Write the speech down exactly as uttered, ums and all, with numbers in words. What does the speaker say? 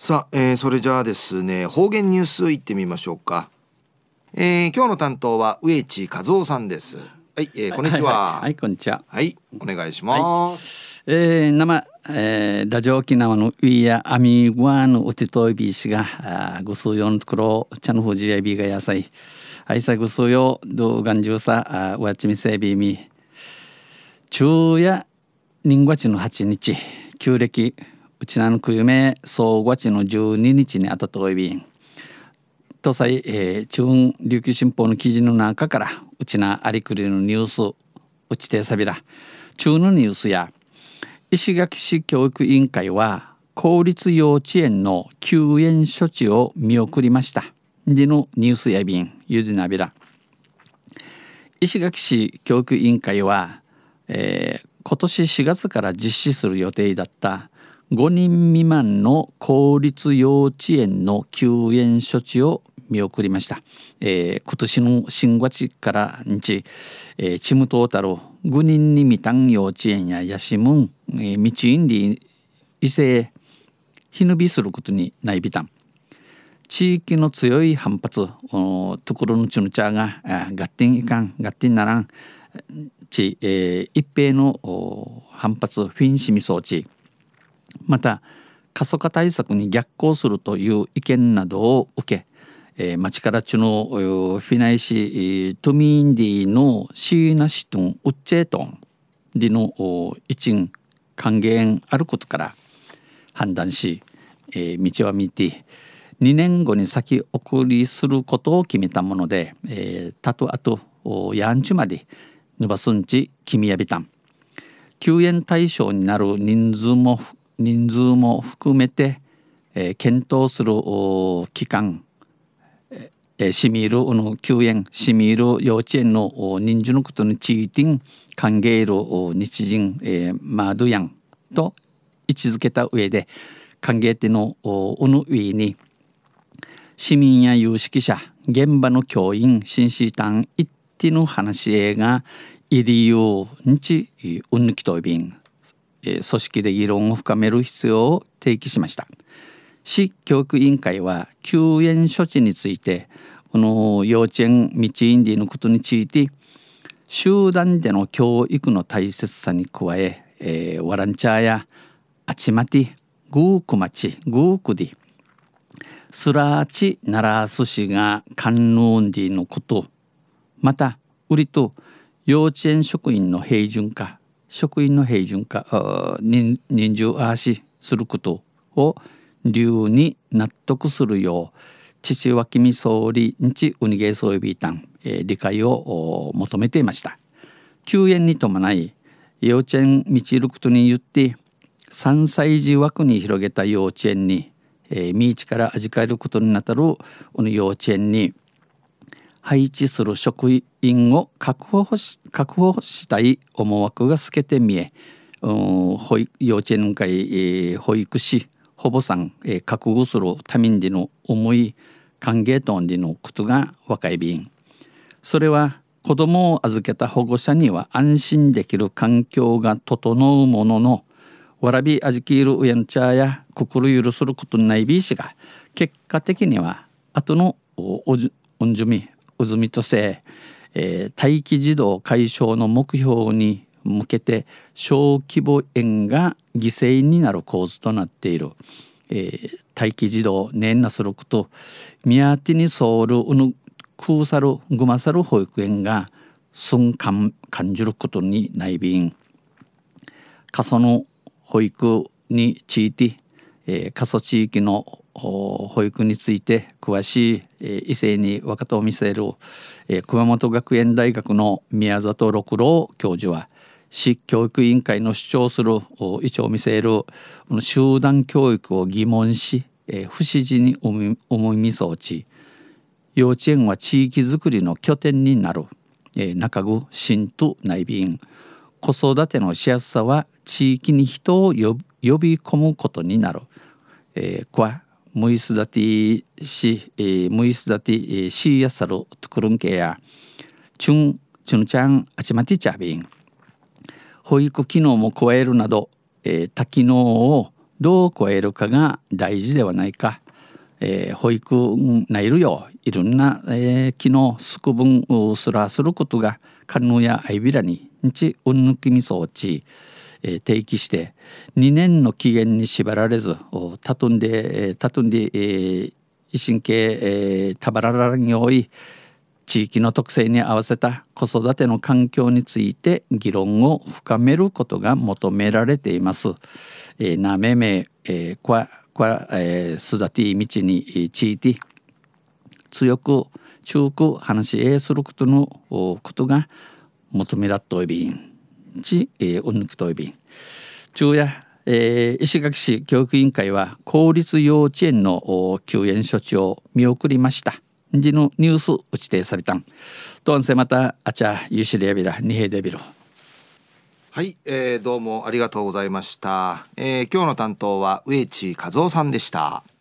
さあ、えー、それじゃあですね、方言ニュースいってみましょうか。えー、今日の担当は植地和夫さんです。はい、えー、こんにちは。 はい、はいはい、こんにちは。 はい、お願いします。 はい、えー、生、えー、ラジオ沖縄のウィアアミグワのウティトイビー氏がぐすうよんところチャンフジエビが野菜愛さぐすうよどがんじゅうさウワチミセビミ昼夜人月のはちにち旧暦うちなのくゆめ総月のじゅうににちにあたといびん東西、えー、中琉球新報の記事の中からうちなありくりのニュースうちてさびら中のニュースや石垣市教育委員会は公立幼稚園の休園処置を見送りましたでのニュースやびんゆでなびら石垣市教育委員会は、えー、今年しがつから実施する予定だったごにん未満の公立幼稚園の休園処置を見送りました、えー、今年の新月から日、えー、チムトータルごにんにみたん幼稚園やヤシムン、えー、道院で異性ひぬびすることにないびたん地域の強い反発ところのちぬちゃが合点いかん合点ならんち、えー、一平の反発フィンシミ装置また過疎化対策に逆行するという意見などを受け、えー、町からちのフィナイシトミンディのシーナシトンウッチェートンディの一員還元あることから判断し、えー、道は見てにねんごに先送りすることを決めたもので、えー、たとあとやんちまでぬばすんち君やびたん休園対象になる人数も人数も含めて、えー、検討する期間、えー、しみるの休園しみる幼稚園の人数のことについて歓迎る日人、えー、マードヤンと位置づけた上で歓迎てのうぬ上に市民や有識者現場の教員紳士団一手の話し合いがいりゆうにちうんぬきといびん組織で議論を深める必要を提起しました。市教育委員会は休園処置についてこの幼稚園道院でのことについて集団での教育の大切さに加ええー、ワランチャーやあちまてグークマチグークディスラーチナラスシがカンヌーンディのことまた売りと幼稚園職員の平準化職員の平準化人数あしすることを理由に納得するよう父脇見総理日ウニゲーソイビータン、えー、理解を求めていました。休園に伴い幼稚園道行くことに言ってさんさい児枠に広げた幼稚園にえー、ミーチから味変えることになったるこの幼稚園に配置する職員を確保し、確保したい思惑が透けて見え、保育幼稚園会、えー、保育士保母さん、えー、覚悟するためにの思い歓迎とんでのことが若いびんそれは子供を預けた保護者には安心できる環境が整うもののわらびあじきいるうやんちゃや心許することないびいしが結果的には後のおじおんじゅみうずみとせ、えー、待機児童解消の目標に向けて小規模園が犠牲になる構図となっている、えー、待機児童ねんなすること宮手にそうるうぬくうさるぐまさる保育園がすんかん感じることにないびん過疎の保育について、えー、過疎地域の保育について詳しい、えー、異性に若とを見せる、えー、熊本学園大学の宮里六郎教授は市教育委員会の主張する意図を見せる集団教育を疑問し、えー、不支持に思いみそうち幼稚園は地域づくりの拠点になる、えー、中具新と内便子育てのしやすさは地域に人を呼び込むことになる。えー、こわムイスダティし、えー、ムイスダティシーヤサルトクルンケやチュンチュンチャンアチマティチャビン保育機能も加えるなど、えー、多機能をどう超えるかが大事ではないか。えー、保育ないるよいろんな、えー、機能すく分すらすることが可能やあいびらに日うんぬきみ装置、えー、提起してにねんの期限に縛られずたとんで、えー、たとんで、えー、維新系、えー、たばららんよい地域の特性に合わせた子育ての環境について議論を深めることが求められています。えー、なめめ、えー、ここえー、育て道について強く強く話し合いすることのことが求めらっといびんち、えー、うんぬくといびん昼夜、えー、石垣市教育委員会は公立幼稚園の休園処置を見送りました。じのニュース打ち定されたんとんせまたあちゃゆしりやびらにへいでびろ。 はい、えー、どうもありがとうございました。えー、今日の担当は上地和夫さんでした。